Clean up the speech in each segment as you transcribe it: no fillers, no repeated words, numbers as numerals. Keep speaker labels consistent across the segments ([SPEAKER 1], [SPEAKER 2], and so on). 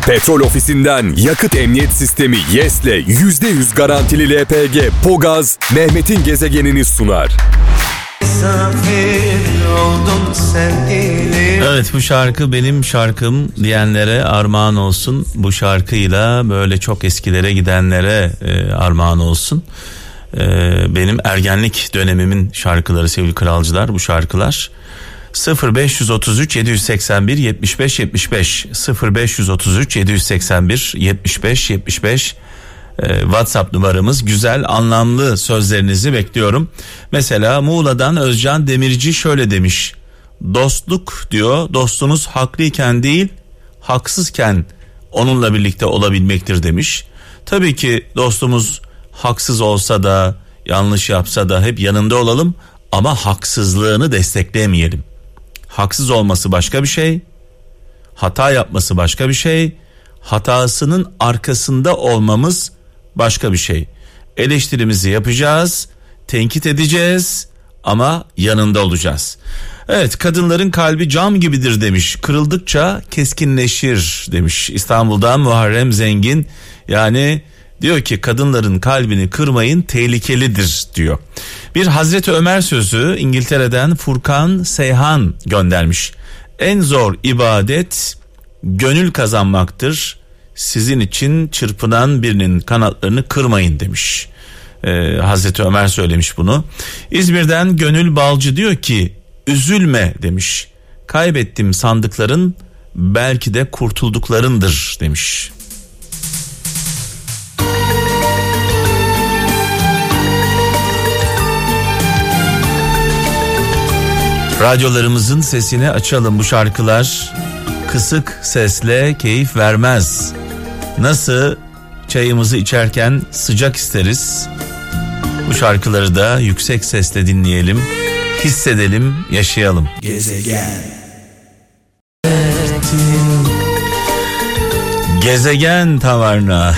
[SPEAKER 1] Petrol Ofisi'nden yakıt emniyet sistemi YES'le %100 garantili LPG Pogaz, Mehmet'in gezegenini sunar.
[SPEAKER 2] Evet, bu şarkı benim şarkım diyenlere armağan olsun. Bu şarkıyla böyle çok eskilere gidenlere armağan olsun. Benim ergenlik dönemimin şarkıları sevgili kralcılar, bu şarkılar. 0533 781 75 75 0533 781 75 75 WhatsApp numaramız. Güzel, anlamlı sözlerinizi bekliyorum. Mesela Muğla'dan Özcan Demirci şöyle demiş: dostluk diyor, dostunuz haklıyken değil haksızken onunla birlikte olabilmektir demiş. Tabii ki dostumuz haksız olsa da yanlış yapsa da hep yanında olalım ama haksızlığını desteklemeyelim. Haksız olması başka bir şey, hata yapması başka bir şey, hatasının arkasında olmamız başka bir şey. Eleştirimizi yapacağız, tenkit edeceğiz ama yanında olacağız. Evet, kadınların kalbi cam gibidir demiş, kırıldıkça keskinleşir demiş İstanbul'dan Muharrem Zengin. Yani diyor ki kadınların kalbini kırmayın, tehlikelidir diyor. Bir Hazreti Ömer sözü İngiltere'den Furkan Seyhan göndermiş. En zor ibadet gönül kazanmaktır. Sizin için çırpınan birinin kanatlarını kırmayın demiş. Hazreti Ömer söylemiş bunu. İzmir'den Gönül Balcı diyor ki üzülme demiş. Kaybettim sandıkların belki de kurtulduklarındır demiş. Radyolarımızın sesini açalım, bu şarkılar kısık sesle keyif vermez. Nasıl çayımızı içerken sıcak isteriz, bu şarkıları da yüksek sesle dinleyelim, hissedelim, yaşayalım. Gezegen. Gezegen Tavarna.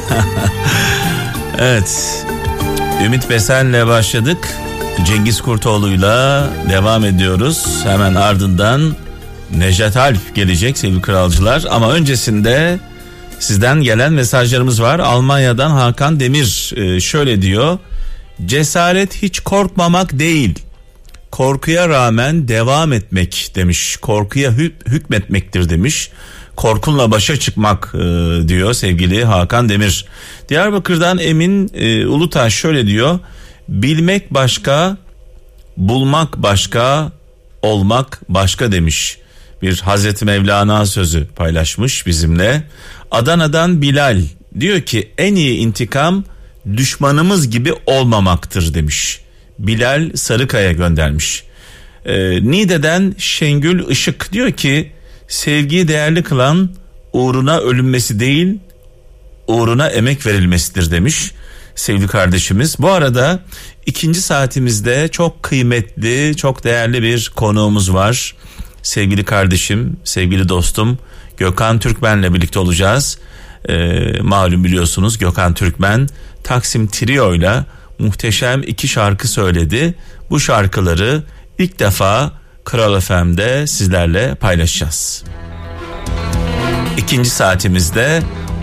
[SPEAKER 2] Evet, Ümit Besen'le başladık. Cengiz Kurtoğlu'yla devam ediyoruz. Hemen ardından Necdet Alp gelecek sevgili kralcılar. Ama öncesinde sizden gelen mesajlarımız var. Almanya'dan Hakan Demir şöyle diyor: cesaret hiç korkmamak değil, korkuya rağmen devam etmek demiş. Korkuya hükmetmektir demiş. Korkunla başa çıkmak diyor sevgili Hakan Demir. Diyarbakır'dan Emin Ulutaş şöyle diyor: bilmek başka, bulmak başka, olmak başka demiş. Bir Hazreti Mevlana sözü paylaşmış bizimle. Adana'dan Bilal diyor ki en iyi intikam düşmanımız gibi olmamaktır demiş. Bilal Sarıkaya göndermiş. Niğde'den Şengül Işık diyor ki sevgiyi değerli kılan uğruna ölünmesi değil, uğruna emek verilmesidir demiş sevgili kardeşimiz. Bu arada ikinci saatimizde çok kıymetli, çok değerli bir konuğumuz var. Sevgili kardeşim, sevgili dostum Gökhan Türkmen'le birlikte olacağız. Malum biliyorsunuz Gökhan Türkmen Taksim Trio'yla muhteşem 2 şarkı söyledi. Bu şarkıları ilk defa Kral FM'de sizlerle paylaşacağız. İkinci saatimizde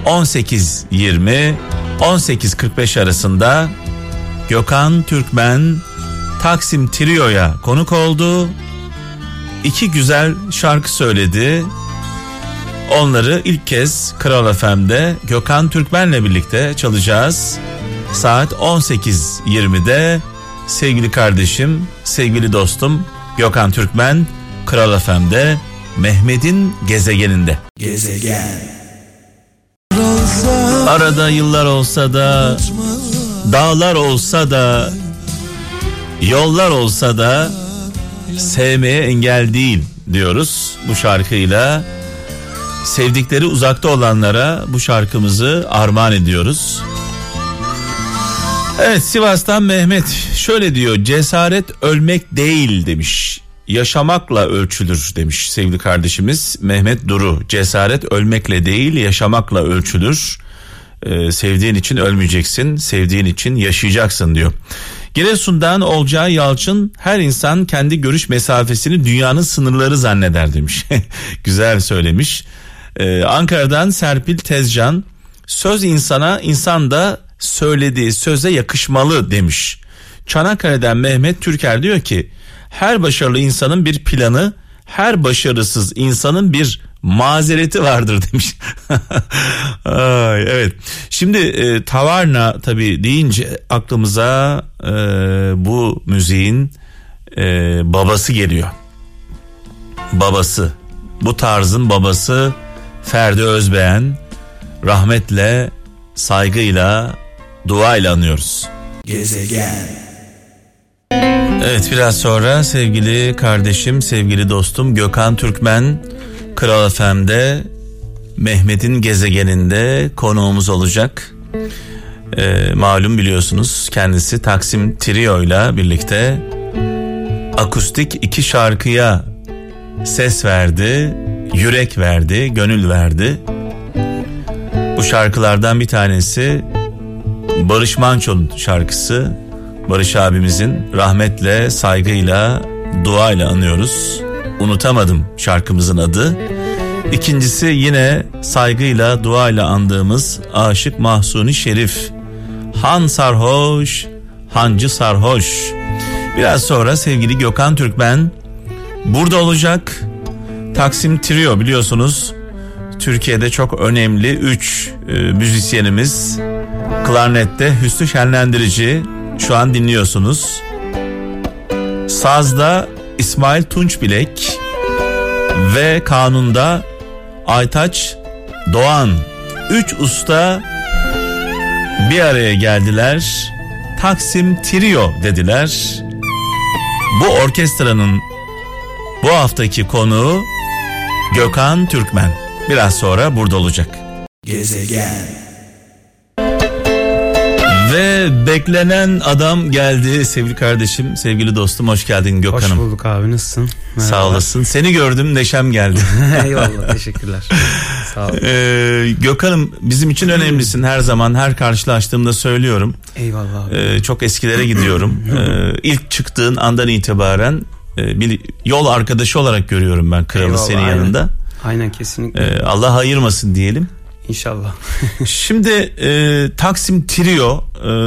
[SPEAKER 2] 18:20-18:45 arasında Gökhan Türkmen Taksim Trio'ya konuk oldu. 2 güzel şarkı söyledi. Onları ilk kez Kral FM'de Gökhan Türkmen'le birlikte çalacağız. Saat 18:20'de sevgili kardeşim, sevgili dostum Gökhan Türkmen Kral FM'de Mehmet'in gezegeninde. Gezegen. Arada yıllar olsa da, dağlar olsa da, yollar olsa da sevmeye engel değil diyoruz bu şarkıyla. Sevdikleri uzakta olanlara bu şarkımızı armağan ediyoruz. Evet, Sivas'tan Mehmet şöyle diyor: cesaret ölmek değil demiş, yaşamakla ölçülür demiş sevgili kardeşimiz Mehmet Duru. Cesaret ölmekle değil, yaşamakla ölçülür. Sevdiğin için ölmeyeceksin, sevdiğin için yaşayacaksın diyor. Giresun'dan Olcay Yalçın, her insan kendi görüş mesafesini dünyanın sınırları zanneder demiş. Güzel söylemiş. Ankara'dan Serpil Tezcan, söz insana, insan da söylediği söze yakışmalı demiş. Çanakkale'den Mehmet Türker diyor ki her başarılı insanın bir planı, her başarısız insanın bir mazereti vardır demiş. Ay, evet. Şimdi Tavarna tabii deyince aklımıza bu müziğin babası geliyor. Babası, bu tarzın babası Ferdi Özbeğen, rahmetle, saygıyla, duayla anıyoruz. Gezegen. Evet, biraz sonra sevgili kardeşim, sevgili dostum Gökhan Türkmen Kral FM'de Mehmet'in gezegeninde konuğumuz olacak. Malum biliyorsunuz kendisi Taksim Trio ile birlikte akustik 2 şarkıya ses verdi, yürek verdi, gönül verdi. Bu şarkılardan bir tanesi Barış Manço'nun şarkısı. Barış abimizin, rahmetle, saygıyla, duayla anıyoruz. Unutamadım şarkımızın adı. İkincisi yine saygıyla, duayla andığımız Aşık Mahsuni Şerif. Han sarhoş, hancı sarhoş. Biraz sonra sevgili Gökhan Türkmen burada olacak. Taksim Trio biliyorsunuz Türkiye'de çok önemli 3 müzisyenimiz. Klarnette Hüsnü Şenlendirici, şu an dinliyorsunuz. Sazda İsmail Tunçbilek ve kanunda Aytaç Doğan. 3 usta bir araya geldiler. Taksim Trio dediler. Bu orkestranın bu haftaki konuğu Gökhan Türkmen. Biraz sonra burada olacak. Gezegen. Ve beklenen adam geldi sevgili kardeşim, sevgili dostum, hoş geldin Gökhan'ım.
[SPEAKER 3] Hoş bulduk abi, nasılsın? Merhaba.
[SPEAKER 2] Sağ olasın. Seni gördüm, neşem geldi.
[SPEAKER 3] Eyvallah, teşekkürler. Sağ ol.
[SPEAKER 2] Gökhan'ım bizim için önemlisin her zaman, her karşılaştığımda söylüyorum.
[SPEAKER 3] Eyvallah abi.
[SPEAKER 2] Çok eskilere gidiyorum. İlk çıktığın andan itibaren bir yol arkadaşı olarak görüyorum ben Kralı. Eyvallah, senin yanında.
[SPEAKER 3] Aynen, kesinlikle.
[SPEAKER 2] Allah ayırmasın diyelim.
[SPEAKER 3] İnşallah.
[SPEAKER 2] Şimdi Taksim Trio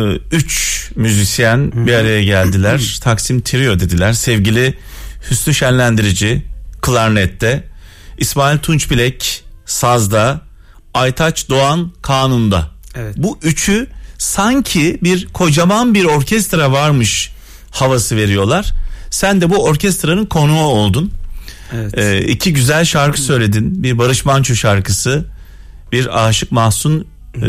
[SPEAKER 2] 3 müzisyen bir araya geldiler. Taksim Trio dediler. Sevgili Hüsnü Şenlendirici klarnette, İsmail Tunçbilek sazda, Aytaç Doğan kanunda. Evet. Bu üçü sanki bir kocaman bir orkestra varmış havası veriyorlar. Sen de bu orkestranın konuğu oldun. Evet. 2 güzel şarkı söyledin. Bir Barış Manço şarkısı, bir Aşık Mahsuni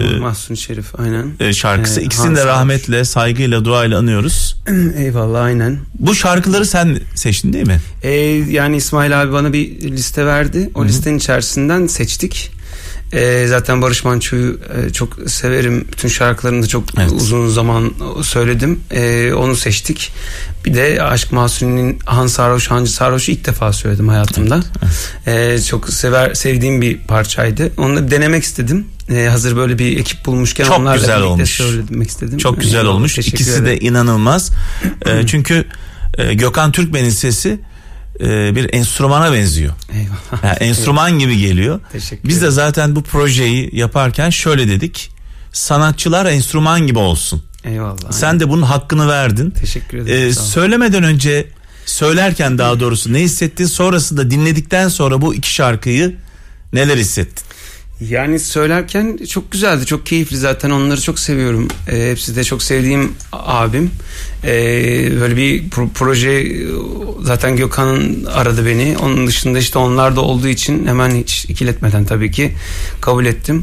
[SPEAKER 3] Şerif aynen.
[SPEAKER 2] Şarkısı. İkisini de rahmetle, saygıyla, duayla anıyoruz.
[SPEAKER 3] Eyvallah, aynen.
[SPEAKER 2] Bu şarkıları sen seçtin değil mi?
[SPEAKER 3] Yani İsmail abi bana bir liste verdi. O listenin içerisinden seçtik. Zaten Barış Manço'yu çok severim. Bütün şarkılarını da çok uzun zaman söyledim. Onu seçtik. Bir de Aşk Mahsuni'nin Han Sarhoş, Hancı Sarhoş'u ilk defa söyledim hayatımda. Evet. Çok sevdiğim bir parçaydı. Onu da denemek istedim. Hazır böyle bir ekip bulmuşken
[SPEAKER 2] çok
[SPEAKER 3] onlarla
[SPEAKER 2] güzel
[SPEAKER 3] birlikte
[SPEAKER 2] olmuş.
[SPEAKER 3] Söylemek istedim.
[SPEAKER 2] Çok güzel olmuş. İkisi de inanılmaz. Çünkü Gökhan Türkmen'in sesi bir enstrümana benziyor.
[SPEAKER 3] Eyvallah.
[SPEAKER 2] Yani enstrüman gibi geliyor. Biz de zaten bu projeyi yaparken şöyle dedik. Sanatçılar enstrüman gibi olsun.
[SPEAKER 3] Eyvallah.
[SPEAKER 2] Sen de bunun hakkını verdin.
[SPEAKER 3] Teşekkür ederim.
[SPEAKER 2] Söylemeden önce, söylerken daha doğrusu ne hissettin? Sonrasında dinledikten sonra bu 2 şarkıyı neler hissettin?
[SPEAKER 3] Yani söylerken çok güzeldi, çok keyifli, zaten onları çok seviyorum. Hepsi de çok sevdiğim abim. Böyle bir proje zaten Gökhan'ın aradı beni. Onun dışında işte onlar da olduğu için hemen hiç ikiletmeden tabii ki kabul ettim.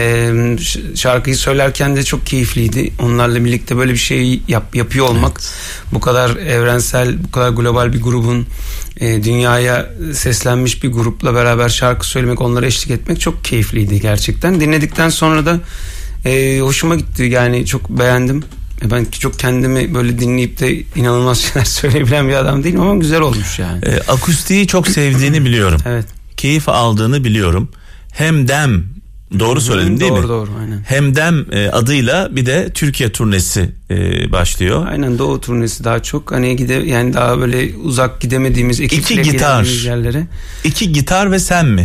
[SPEAKER 3] Şarkıyı söylerken de çok keyifliydi. Onlarla birlikte böyle bir şey yapıyor olmak, evet. Bu kadar evrensel, bu kadar global bir grubun dünyaya seslenmiş bir grupla beraber şarkı söylemek, onlara eşlik etmek çok keyifliydi gerçekten. Dinledikten sonra da hoşuma gitti, yani çok beğendim. Ben çok kendimi böyle dinleyip de inanılmaz şeyler söyleyebilen bir adam değilim ama güzel olmuş yani.
[SPEAKER 2] Akustiği çok sevdiğini biliyorum.
[SPEAKER 3] Evet.
[SPEAKER 2] Keyif aldığını biliyorum. Hemdem, doğru söyledim değil mi?
[SPEAKER 3] Doğru, aynen.
[SPEAKER 2] Hemdem adıyla bir de Türkiye turnesi başlıyor.
[SPEAKER 3] Aynen, Doğu turnesi daha çok. Hani yani daha böyle uzak gidemediğimiz ekiple
[SPEAKER 2] gidemediğimiz
[SPEAKER 3] yerlere.
[SPEAKER 2] 2 gitar ve sen mi?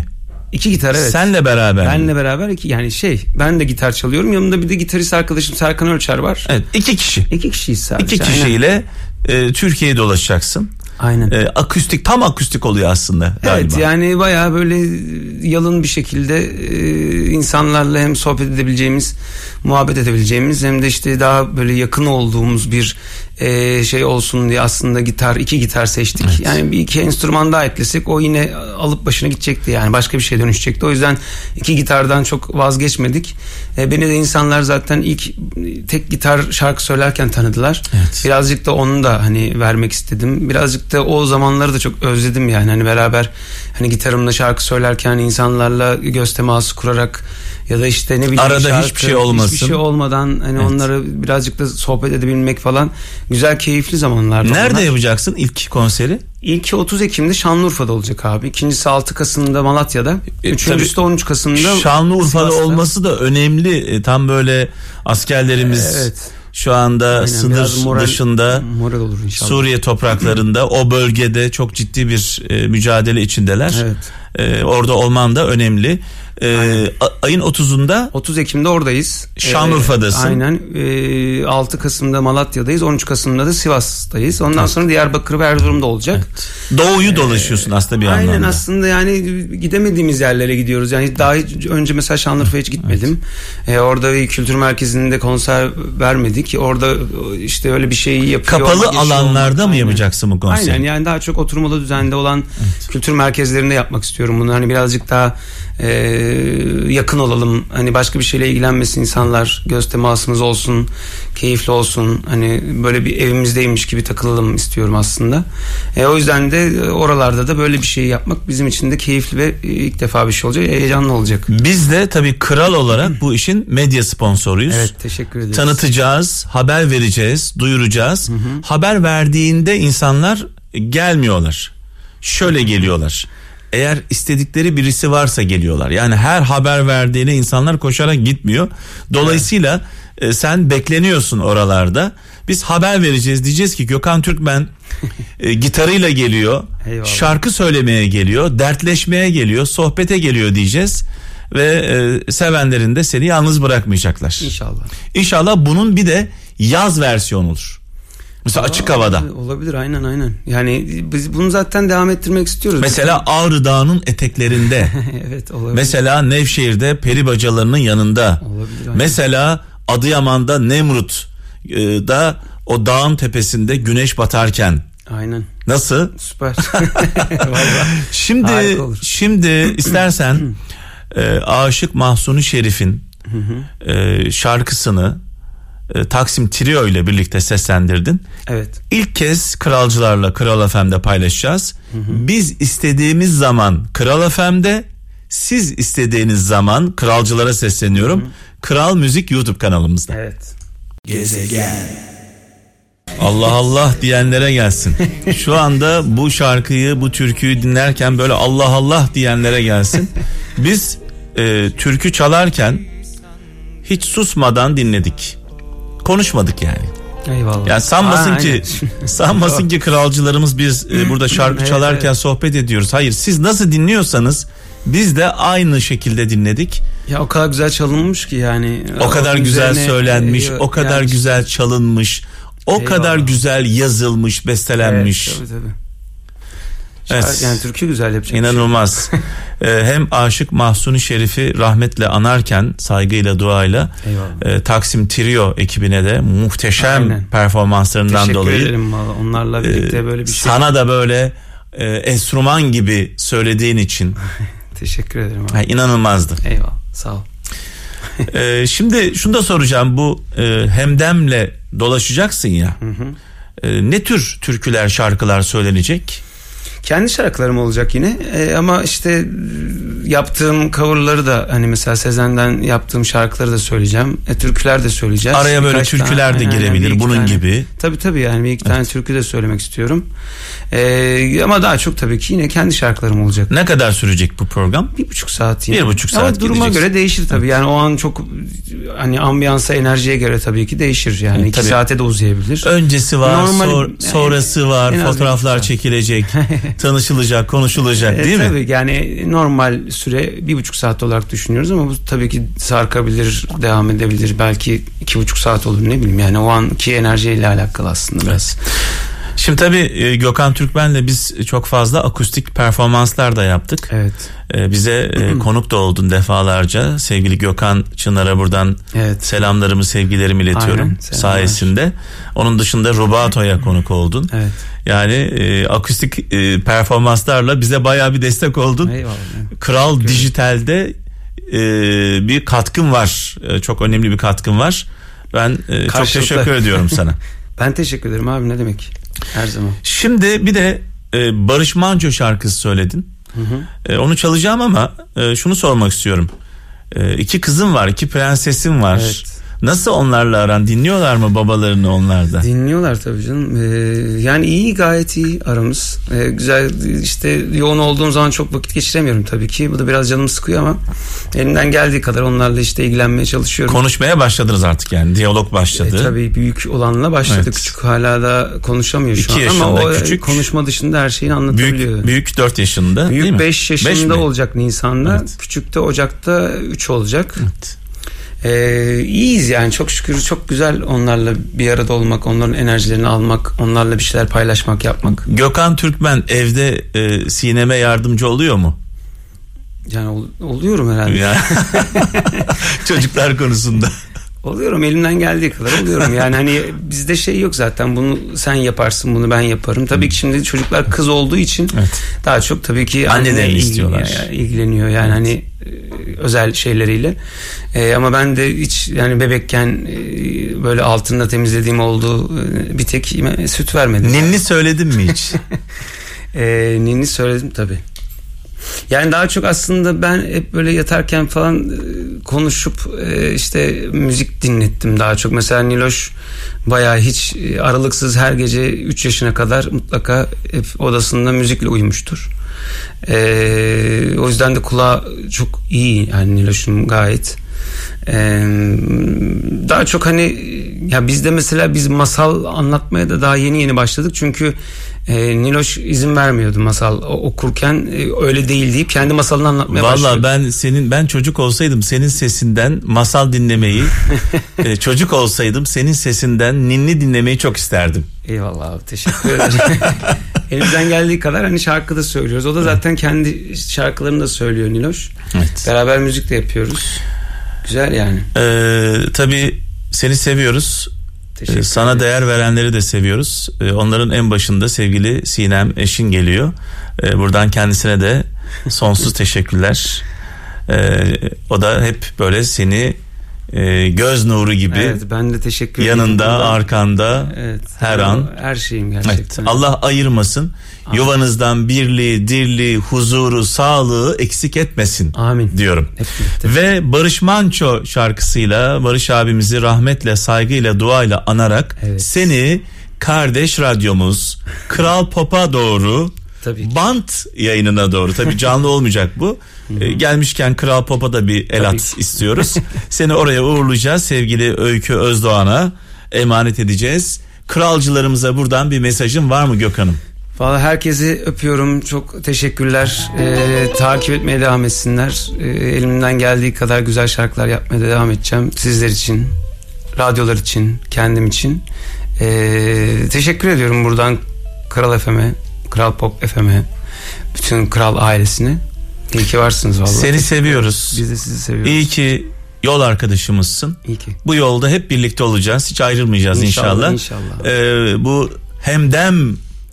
[SPEAKER 3] 2 gitar, evet.
[SPEAKER 2] Senle beraber.
[SPEAKER 3] Benle beraber yani ben de gitar çalıyorum. Yanımda bir de gitarist arkadaşım Serkan Ölçer var.
[SPEAKER 2] Evet, 2 kişi.
[SPEAKER 3] 2 kişiyiz sadece.
[SPEAKER 2] 2 kişiyle Türkiye'yi dolaşacaksın.
[SPEAKER 3] Aynen.
[SPEAKER 2] Tam akustik oluyor aslında galiba.
[SPEAKER 3] Evet, yani bayağı böyle yalın bir şekilde insanlarla hem sohbet edebileceğimiz, muhabbet edebileceğimiz, hem de işte daha böyle yakın olduğumuz bir şey olsun diye aslında 2 gitar seçtik. Evet. Yani bir 2 enstrüman daha eklesek o yine alıp başına gidecekti, yani başka bir şeye dönüşecekti. O yüzden 2 gitardan çok vazgeçmedik. Beni de insanlar zaten ilk tek gitar şarkı söylerken tanıdılar. Evet. Birazcık da onu da hani vermek istedim. Birazcık da o zamanları da çok özledim yani. Hani beraber hani gitarımla şarkı söylerken insanlarla göz teması kurarak ya da işte ne bileyim
[SPEAKER 2] arada hiçbir şey olmasın.
[SPEAKER 3] Hiçbir şey olmadan hani onları birazcık da sohbet edebilmek falan güzel, keyifli zamanlardı.
[SPEAKER 2] Nerede
[SPEAKER 3] onlar.
[SPEAKER 2] yapacaksın ilk konseri?
[SPEAKER 3] İlki 30 Ekim'de Şanlıurfa'da olacak abi. İkincisi 6 Kasım'da Malatya'da. Üçüncüsü de 13 Kasım'da
[SPEAKER 2] Şanlıurfa'da
[SPEAKER 3] Sivas'ta.
[SPEAKER 2] Olması da önemli. Tam böyle askerlerimiz şu anda aynen, sınır dışında
[SPEAKER 3] moral olur inşallah.
[SPEAKER 2] Suriye topraklarında o bölgede çok ciddi bir mücadele içindeler. Evet. Orada olman da önemli. Ayın 30'unda
[SPEAKER 3] 30 Ekim'de oradayız.
[SPEAKER 2] Şanlıurfa'dasın.
[SPEAKER 3] Aynen. 6 Kasım'da Malatya'dayız. 13 Kasım'da da Sivas'tayız. Ondan sonra Diyarbakır ve Erzurum'da olacak.
[SPEAKER 2] Evet. Doğuyu dolaşıyorsun aslında bir anlamda.
[SPEAKER 3] Aynen, aslında yani gidemediğimiz yerlere gidiyoruz. Yani daha önce mesela Şanlıurfa'ya hiç gitmedim. Evet. Orada bir kültür merkezinde konser vermedik. Orada işte öyle bir şeyi yapıyor.
[SPEAKER 2] Kapalı alanlarda mı yapacaksın bu konseri?
[SPEAKER 3] Aynen, yani daha çok oturmalı düzende olan kültür merkezlerinde yapmak istiyorum bunu. Hani birazcık daha yakın olalım. Hani başka bir şeyle ilgilenmesin insanlar. Göz temasımız olsun. Keyifli olsun. Hani böyle bir evimizdeymiş gibi takılalım istiyorum aslında. O yüzden de oralarda da böyle bir şey yapmak bizim için de keyifli ve ilk defa bir şey olacak. Heyecanlı olacak.
[SPEAKER 2] Biz de tabii kral olarak bu işin medya sponsoruyuz.
[SPEAKER 3] Evet, teşekkür ederiz.
[SPEAKER 2] Tanıtacağız, haber vereceğiz, duyuracağız. Haber verdiğinde insanlar gelmiyorlar. Şöyle geliyorlar. Eğer istedikleri birisi varsa geliyorlar. Yani her haber verdiğine insanlar koşarak gitmiyor. Dolayısıyla sen bekleniyorsun oralarda. Biz haber vereceğiz, diyeceğiz ki Gökhan Türkmen gitarıyla geliyor. Eyvallah. Şarkı söylemeye geliyor, dertleşmeye geliyor, sohbete geliyor diyeceğiz. Ve sevenlerin de seni yalnız bırakmayacaklar.
[SPEAKER 3] İnşallah.
[SPEAKER 2] İnşallah bunun bir de yaz versiyonu olur. Mesela açık havada.
[SPEAKER 3] Olabilir, aynen. Yani biz bunu zaten devam ettirmek istiyoruz.
[SPEAKER 2] Mesela Ağrı Dağı'nın eteklerinde.
[SPEAKER 3] Evet, olabilir.
[SPEAKER 2] Mesela Nevşehir'de peri bacalarının yanında.
[SPEAKER 3] Olabilir, aynen.
[SPEAKER 2] Mesela Adıyaman'da Nemrut'da o dağın tepesinde güneş batarken.
[SPEAKER 3] Aynen.
[SPEAKER 2] Nasıl?
[SPEAKER 3] Süper.
[SPEAKER 2] Şimdi istersen Aşık Mahzuni Şerif'in şarkısını Taksim Trio ile birlikte seslendirdin.
[SPEAKER 3] Evet.
[SPEAKER 2] İlk kez Kralcılarla Kral FM'de paylaşacağız. Biz istediğimiz zaman Kral FM'de, siz istediğiniz zaman Kralcılara sesleniyorum. Kral Müzik YouTube kanalımızda.
[SPEAKER 3] Evet.
[SPEAKER 2] Gezegen. Allah Allah diyenlere gelsin. Şu anda bu şarkıyı, bu türküyü dinlerken böyle Allah Allah diyenlere gelsin. Biz türkü çalarken hiç susmadan dinledik. Konuşmadık yani.
[SPEAKER 3] Eyvallah.
[SPEAKER 2] Yani sanmasın ki kralcılarımız biz burada şarkı çalarken sohbet ediyoruz. Hayır, siz nasıl dinliyorsanız biz de aynı şekilde dinledik.
[SPEAKER 3] Ya o kadar güzel çalınmış ki yani.
[SPEAKER 2] O kadar güzel söylenmiş, o kadar güzel çalınmış, o kadar güzel yazılmış, bestelenmiş.
[SPEAKER 3] Evet, tabii. Evet. Yani türkü güzel yapacak.
[SPEAKER 2] İnanılmaz. Hem Aşık Mahzuni Şerif'i rahmetle anarken, saygıyla, duayla Taksim Trio ekibine de muhteşem performanslarından dolayı.
[SPEAKER 3] Teşekkür ederim onlarla birlikte böyle bir şey.
[SPEAKER 2] Sana da böyle enstrüman gibi söylediğin için.
[SPEAKER 3] Teşekkür ederim abi.
[SPEAKER 2] İnanılmazdı.
[SPEAKER 3] Eyvallah, sağ ol.
[SPEAKER 2] Şimdi şunu da soracağım, bu Hemdem'le dolaşacaksın ya. Ne tür türküler, şarkılar söylenecek?
[SPEAKER 3] Kendi şarkılarım olacak yine ama işte yaptığım coverları da hani mesela Sezen'den yaptığım şarkıları da söyleyeceğim. Türküler de söyleyeceğiz.
[SPEAKER 2] Araya böyle türküler de girebilir yani bunun gibi.
[SPEAKER 3] Tabii yani bir iki tane türkü de söylemek istiyorum. Ama daha çok tabii ki yine kendi şarkılarım olacak.
[SPEAKER 2] Ne kadar sürecek bu program?
[SPEAKER 3] 1,5 saat yine.
[SPEAKER 2] 1,5 saat
[SPEAKER 3] ama duruma göre değişir tabii. Yani o an çok hani ambiyansa, enerjiye göre tabii ki değişir yani. 2 saate de uzayabilir.
[SPEAKER 2] Öncesi var, sonrası var, fotoğraflar çekilecek. tanışılacak, konuşulacak değil mi?
[SPEAKER 3] Tabii yani normal süre 1,5 saat olarak düşünüyoruz ama bu tabii ki sarkabilir, devam edebilir. Belki 2,5 saat olur, ne bileyim yani o anki enerjiyle alakalı aslında biraz.
[SPEAKER 2] Şimdi tabii Gökhan Türkmen'le biz çok fazla akustik performanslar da yaptık.
[SPEAKER 3] Evet.
[SPEAKER 2] Bize konuk da oldun defalarca. Sevgili Gökhan Çınar'a buradan selamlarımı, sevgilerimi iletiyorum. Aynen, sayesinde. Onun dışında Rubato'ya konuk oldun.
[SPEAKER 3] Evet.
[SPEAKER 2] Yani akustik performanslarla bize bayağı bir destek oldun.
[SPEAKER 3] Eyvallah.
[SPEAKER 2] Kral Dijital'de bir katkın var. Çok önemli bir katkın var. Ben çok teşekkür ediyorum sana.
[SPEAKER 3] Ben teşekkür ederim abi, ne demek. Her zaman.
[SPEAKER 2] Şimdi bir de Barış Manço şarkısı söyledin. Onu çalacağım ama şunu sormak istiyorum. 2 kızım var, 2 prensesim var.
[SPEAKER 3] Evet.
[SPEAKER 2] Nasıl onlarla aran? Dinliyorlar mı babalarını onlar da?
[SPEAKER 3] Dinliyorlar tabii canım. Yani iyi, gayet iyi aramız. Güzel, işte yoğun olduğum zaman çok vakit geçiremiyorum tabii ki. Bu da biraz canımı sıkıyor ama elimden geldiği kadar onlarla işte ilgilenmeye çalışıyorum.
[SPEAKER 2] Konuşmaya başladınız artık yani. Diyalog başladı.
[SPEAKER 3] Tabii büyük olanla başladık. Evet. Küçük hala da konuşamıyor şu an. Ama o küçük, konuşma dışında her şeyini anlatabiliyor.
[SPEAKER 2] Büyük 4 yaşında
[SPEAKER 3] büyük
[SPEAKER 2] değil mi?
[SPEAKER 3] 5 yaşında olacak Nisan'da. Evet. Küçük de Ocak'ta 3 olacak. Evet. İyiyiz yani, çok şükür, çok güzel onlarla bir arada olmak, onların enerjilerini almak, onlarla bir şeyler paylaşmak, yapmak.
[SPEAKER 2] Gökhan Türkmen evde Sinem'e yardımcı oluyor mu?
[SPEAKER 3] Yani oluyorum herhalde.
[SPEAKER 2] Çocuklar konusunda.
[SPEAKER 3] Oluyorum, elimden geldiği kadar oluyorum. Yani hani bizde şey yok zaten, bunu sen yaparsın, bunu ben yaparım. Tabii ki şimdi çocuklar kız olduğu için daha çok tabii ki
[SPEAKER 2] annelerini istiyorlar.
[SPEAKER 3] İlgileniyor yani hani özel şeyleriyle. Ama ben de hiç yani bebekken böyle altında temizlediğim oldu, bir tek süt vermedim.
[SPEAKER 2] Ninni söyledin mi hiç?
[SPEAKER 3] Ninni söyledim tabii. Yani daha çok aslında ben hep böyle yatarken falan konuşup işte müzik dinlettim daha çok. Mesela Niloş bayağı hiç aralıksız her gece 3 yaşına kadar mutlaka hep odasında müzikle uyumuştur. O yüzden de kulağı çok iyi yani Niloş'un gayet. Daha çok hani ya bizde mesela biz masal anlatmaya da daha yeni başladık çünkü Niloş izin vermiyordu masal okurken, öyle değil deyip kendi masalını anlatmaya başladı.
[SPEAKER 2] Valla ben çocuk olsaydım senin sesinden masal dinlemeyi çocuk olsaydım senin sesinden ninni dinlemeyi çok isterdim.
[SPEAKER 3] Eyvallah abi, teşekkür ederim. Elimizden geldiği kadar hani şarkı da söylüyoruz. O da zaten kendi şarkılarını da söylüyor Niloş. Evet. Beraber müzik de yapıyoruz. Güzel yani.
[SPEAKER 2] Tabii seni seviyoruz. Sana değer verenleri de seviyoruz. Onların en başında sevgili Sinem eşin geliyor. Buradan kendisine de sonsuz teşekkürler. O da hep böyle seni göz nuru gibi.
[SPEAKER 3] Evet, ben de teşekkür ederim.
[SPEAKER 2] Yanında, arkanda, her an.
[SPEAKER 3] Her şeyim gerçekten.
[SPEAKER 2] Evet, Allah ayırmasın. Amin. Yuvanızdan birliği, dirliği, huzuru, sağlığı eksik etmesin.
[SPEAKER 3] Amin.
[SPEAKER 2] Diyorum. Ve Barış Manço şarkısıyla Barış abimizi rahmetle, saygıyla, duayla anarak seni kardeş radyomuz Kral Pop'a doğru, bant yayınına doğru, tabii canlı olmayacak bu. Gelmişken Kral Pop'a da bir el at istiyoruz. Seni oraya uğurlayacağız. Sevgili Öykü Özdoğan'a emanet edeceğiz. Kralcılarımıza buradan bir mesajın var mı Gökhan'ım?
[SPEAKER 3] Vallahi herkesi öpüyorum. Çok teşekkürler. Takip etmeye devam etsinler. Elimden geldiği kadar güzel şarkılar yapmaya devam edeceğim. Sizler için, radyolar için, kendim için. Teşekkür ediyorum buradan Kral FM'e, Kral Pop FM'e, bütün Kral ailesine. İyi ki varsınız vallahi.
[SPEAKER 2] Seni seviyoruz.
[SPEAKER 3] Biz de sizi seviyoruz.
[SPEAKER 2] İyi ki yol arkadaşımızsın.
[SPEAKER 3] İyi ki.
[SPEAKER 2] Bu yolda hep birlikte olacağız. Hiç ayrılmayacağız inşallah. Bu hemdem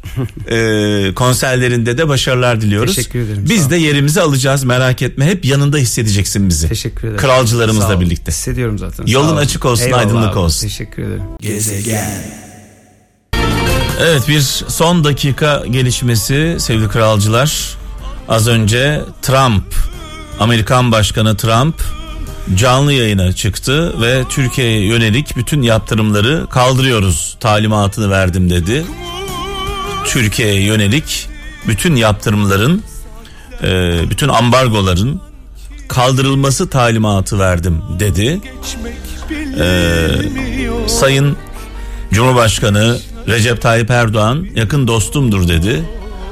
[SPEAKER 2] konserlerinde de başarılar diliyoruz.
[SPEAKER 3] Teşekkür ederim.
[SPEAKER 2] Biz de yerimizi alacağız, merak etme. Hep yanında hissedeceksin bizi.
[SPEAKER 3] Teşekkür ederim.
[SPEAKER 2] Kralcılarımızla birlikte.
[SPEAKER 3] Hissediyorum zaten.
[SPEAKER 2] Yolun açık olsun, eyvallah, aydınlık abi, olsun.
[SPEAKER 3] Teşekkür ederim.
[SPEAKER 4] Gezegen.
[SPEAKER 2] Evet, bir son dakika gelişmesi sevgili kralcılar. Az önce Amerikan Başkanı Trump canlı yayına çıktı ve Türkiye'ye yönelik bütün yaptırımları kaldırıyoruz talimatını verdim dedi. Türkiye'ye yönelik bütün yaptırımların, bütün ambargoların kaldırılması talimatı verdim dedi. Sayın Cumhurbaşkanı Recep Tayyip Erdoğan yakın dostumdur dedi.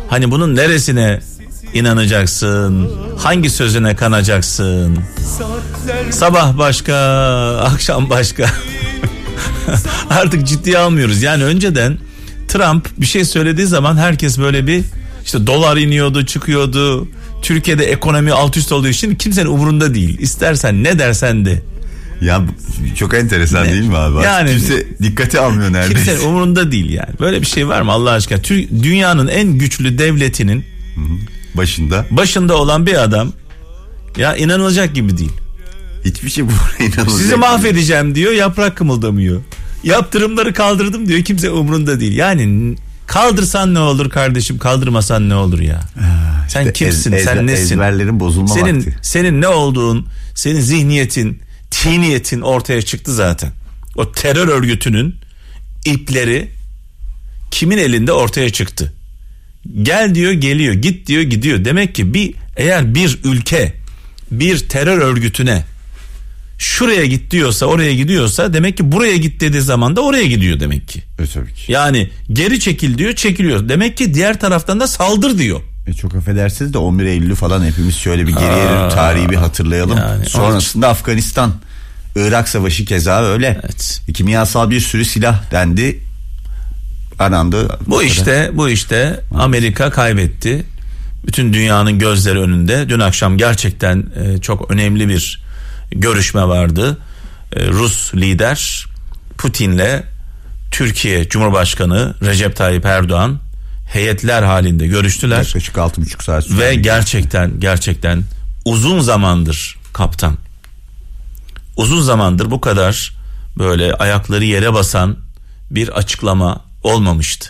[SPEAKER 2] Hani bunun neresine inanacaksın? Hangi sözüne kanacaksın? Sabah başka, akşam başka. Artık ciddiye almıyoruz. Yani önceden Trump bir şey söylediği zaman herkes böyle bir işte dolar iniyordu, çıkıyordu. Türkiye'de ekonomi alt üst oluyor. Şimdi kimsenin umurunda değil. İstersen ne dersen de.
[SPEAKER 4] Ya çok enteresan değil mi abi? Yani kimse dikkate almıyor neredeyse.
[SPEAKER 2] Kimsenin umurunda değil yani. Böyle bir şey var mı Allah aşkına? Dünyanın en güçlü devletinin başında olan bir adam ya inanılacak gibi değil.
[SPEAKER 4] Hiçbir şey buraya inanılacak.
[SPEAKER 2] Sizi mahvedeceğim diyor, yaprak kımıldamıyor. Yaptırımları kaldırdım diyor, kimse umurunda değil. Yani kaldırsan ne olur kardeşim, kaldırmasan ne olur ya? Sen işte kimsin, sen nesin?
[SPEAKER 4] Ezberlerin bozulma vakti.
[SPEAKER 2] Senin ne olduğun, senin zihniyetin, tiniyetin ortaya çıktı zaten. O terör örgütünün ipleri kimin elinde ortaya çıktı. Gel diyor geliyor, git diyor gidiyor. Demek ki eğer bir ülke bir terör örgütüne şuraya git diyorsa, oraya gidiyorsa, demek ki buraya git dediği zaman da oraya gidiyor demek ki.
[SPEAKER 4] Tabii ki.
[SPEAKER 2] Yani geri çekil diyor, çekiliyor. Demek ki diğer taraftan da saldır diyor.
[SPEAKER 4] Çok affedersiniz de 11 Eylül'ü falan hepimiz şöyle bir geriye dönüp tarihi bir hatırlayalım. Yani, sonrasında Afganistan, Irak Savaşı keza öyle. Evet. Kimyasal bir sürü silah dendi. Arandı.
[SPEAKER 2] Bu işte Amerika kaybetti. Bütün dünyanın gözleri önünde. Dün akşam gerçekten çok önemli bir görüşme vardı. Rus lider Putin'le Türkiye Cumhurbaşkanı Recep Tayyip Erdoğan heyetler halinde görüştüler.
[SPEAKER 4] Yaklaşık 6,5 saat sürdü.
[SPEAKER 2] Ve gerçekten uzun zamandır kaptan, uzun zamandır bu kadar böyle ayakları yere basan bir açıklama olmamıştı.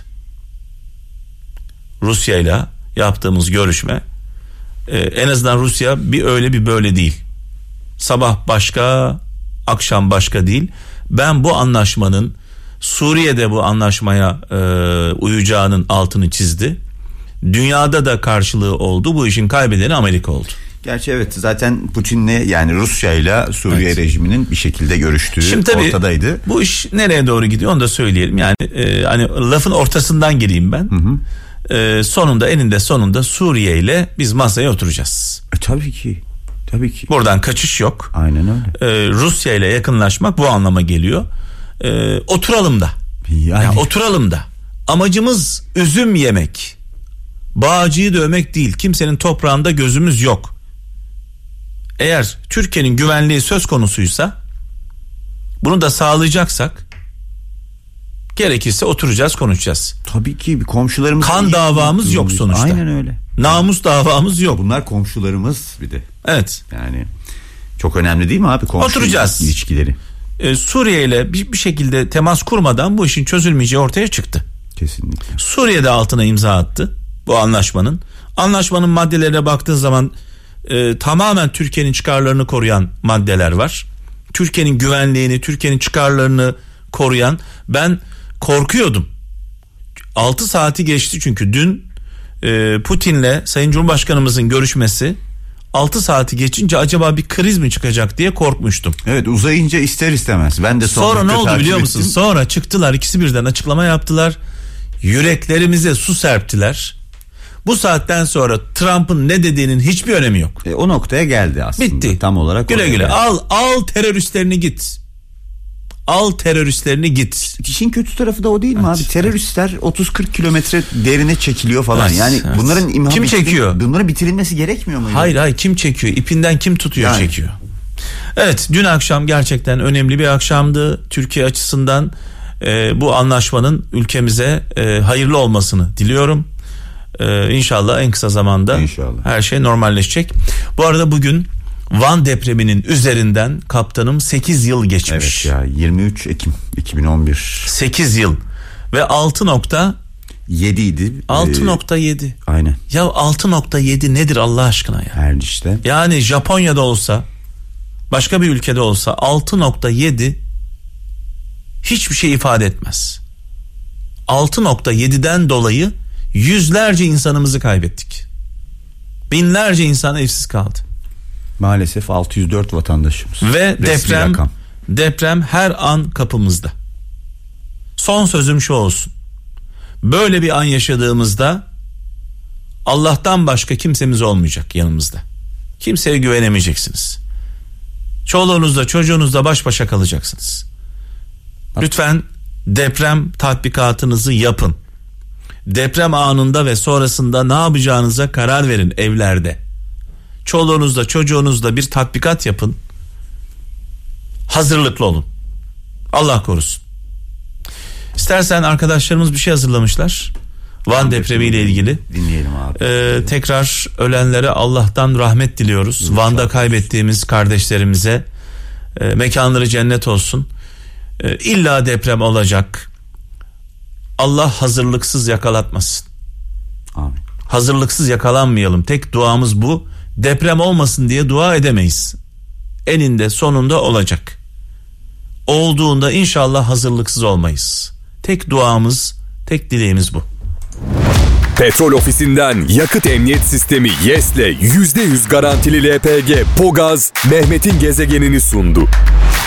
[SPEAKER 2] Rusya ile yaptığımız görüşme en azından Rusya bir öyle bir böyle değil. Sabah başka, akşam başka değil. Ben bu anlaşmanın Suriye'de bu anlaşmaya uyacağının altını çizdi. Dünyada da karşılığı oldu. Bu işin kaybedeni Amerika oldu.
[SPEAKER 4] Gerçi evet, zaten Putin'le yani Rusya'yla Suriye rejiminin bir şekilde görüştüğü şimdi tabii, ortadaydı.
[SPEAKER 2] Bu iş nereye doğru gidiyor onu da söyleyelim. Yani hani lafın ortasından gireyim ben. Sonunda, eninde sonunda Suriye ile biz masaya oturacağız.
[SPEAKER 4] Tabii ki.
[SPEAKER 2] Buradan kaçış yok.
[SPEAKER 4] Aynen öyle.
[SPEAKER 2] Rusya ile yakınlaşmak bu anlama geliyor. Oturalım da. Yani oturalım da. Amacımız üzüm yemek. Bağcıyı dövmek değil. Kimsenin toprağında gözümüz yok. Eğer Türkiye'nin güvenliği söz konusuysa, bunu da sağlayacaksak, gerekirse oturacağız, konuşacağız.
[SPEAKER 4] Tabii ki komşularımız.
[SPEAKER 2] Kan davamız yok sonuçta.
[SPEAKER 4] Aynen öyle.
[SPEAKER 2] Namus davamız yok.
[SPEAKER 4] Bunlar komşularımız bir de.
[SPEAKER 2] Evet.
[SPEAKER 4] Yani çok önemli değil mi abi komşu
[SPEAKER 2] oturacağız.
[SPEAKER 4] İlişkileri.
[SPEAKER 2] Suriye ile bir şekilde temas kurmadan bu işin çözülmeyeceği ortaya çıktı.
[SPEAKER 4] Kesinlikle.
[SPEAKER 2] Suriye'de altına imza attı bu anlaşmanın. Anlaşmanın maddelerine baktığın zaman tamamen Türkiye'nin çıkarlarını koruyan maddeler var. Türkiye'nin güvenliğini, Türkiye'nin çıkarlarını koruyan. Ben korkuyordum. 6 saati geçti çünkü dün Putin'le Sayın Cumhurbaşkanımızın görüşmesi 6 saati geçince acaba bir kriz mi çıkacak diye korkmuştum.
[SPEAKER 4] Evet, uzayınca ister istemez. Ben de
[SPEAKER 2] sonra ne oldu biliyor musun? Sonra çıktılar, ikisi birden açıklama yaptılar. Yüreklerimize su serptiler. Bu saatten sonra Trump'ın ne dediğinin hiçbir önemi yok.
[SPEAKER 4] O noktaya geldi aslında.
[SPEAKER 2] Bitti.
[SPEAKER 4] Tam olarak.
[SPEAKER 2] Güle güle. Al teröristlerini git. Al teröristlerini git.
[SPEAKER 4] İşin kötü tarafı da o değil mi abi? Teröristler 30-40 kilometre derine çekiliyor falan. Yani bunların
[SPEAKER 2] kim çekiyor?
[SPEAKER 4] Bunların bitirilmesi gerekmiyor mu?
[SPEAKER 2] Hayır kim çekiyor? İpinden kim tutuyor, çekiyor? Evet, dün akşam gerçekten önemli bir akşamdı. Türkiye açısından bu anlaşmanın ülkemize hayırlı olmasını diliyorum. İnşallah en kısa zamanda her şey normalleşecek. Bu arada bugün Van depreminin üzerinden kaptanım 8 yıl geçmiş.
[SPEAKER 4] Evet ya, 23 Ekim 2011.
[SPEAKER 2] 8 yıl ve 6.7
[SPEAKER 4] idi.
[SPEAKER 2] 6.7.
[SPEAKER 4] Aynen.
[SPEAKER 2] Ya 6.7 nedir Allah aşkına ya?
[SPEAKER 4] Her işte.
[SPEAKER 2] Yani Japonya'da olsa, başka bir ülkede olsa 6.7 hiçbir şey ifade etmez. 6.7'den dolayı yüzlerce insanımızı kaybettik. Binlerce insan evsiz kaldı.
[SPEAKER 4] Maalesef 604 vatandaşımız.
[SPEAKER 2] Ve deprem her an kapımızda. Son sözüm şu olsun. Böyle bir an yaşadığımızda Allah'tan başka kimsemiz olmayacak yanımızda. Kimseye güvenemeyeceksiniz. Çoluğunuzla çocuğunuzla baş başa kalacaksınız. Lütfen deprem tatbikatınızı yapın. Deprem anında ve sonrasında ne yapacağınıza karar verin evlerde. Çoluğunuzla çocuğunuzla bir tatbikat yapın. Hazırlıklı olun. Allah korusun. İstersen arkadaşlarımız bir şey hazırlamışlar. Van depremiyle ilgili.
[SPEAKER 4] Dinleyelim abi.
[SPEAKER 2] Tekrar ölenlere Allah'tan rahmet diliyoruz. İnşallah. Van'da kaybettiğimiz kardeşlerimize mekanları cennet olsun. İlla deprem olacak. Allah hazırlıksız yakalatmasın.
[SPEAKER 4] Amin.
[SPEAKER 2] Hazırlıksız yakalanmayalım. Tek duamız bu. Deprem olmasın diye dua edemeyiz. Eninde sonunda olacak. Olduğunda inşallah hazırlıksız olmayız. Tek duamız, tek dileğimiz bu.
[SPEAKER 1] Petrol Ofisi'nden yakıt emniyet sistemi YES'le %100 garantili LPG Pogaz Mehmet'in gezegenini sundu.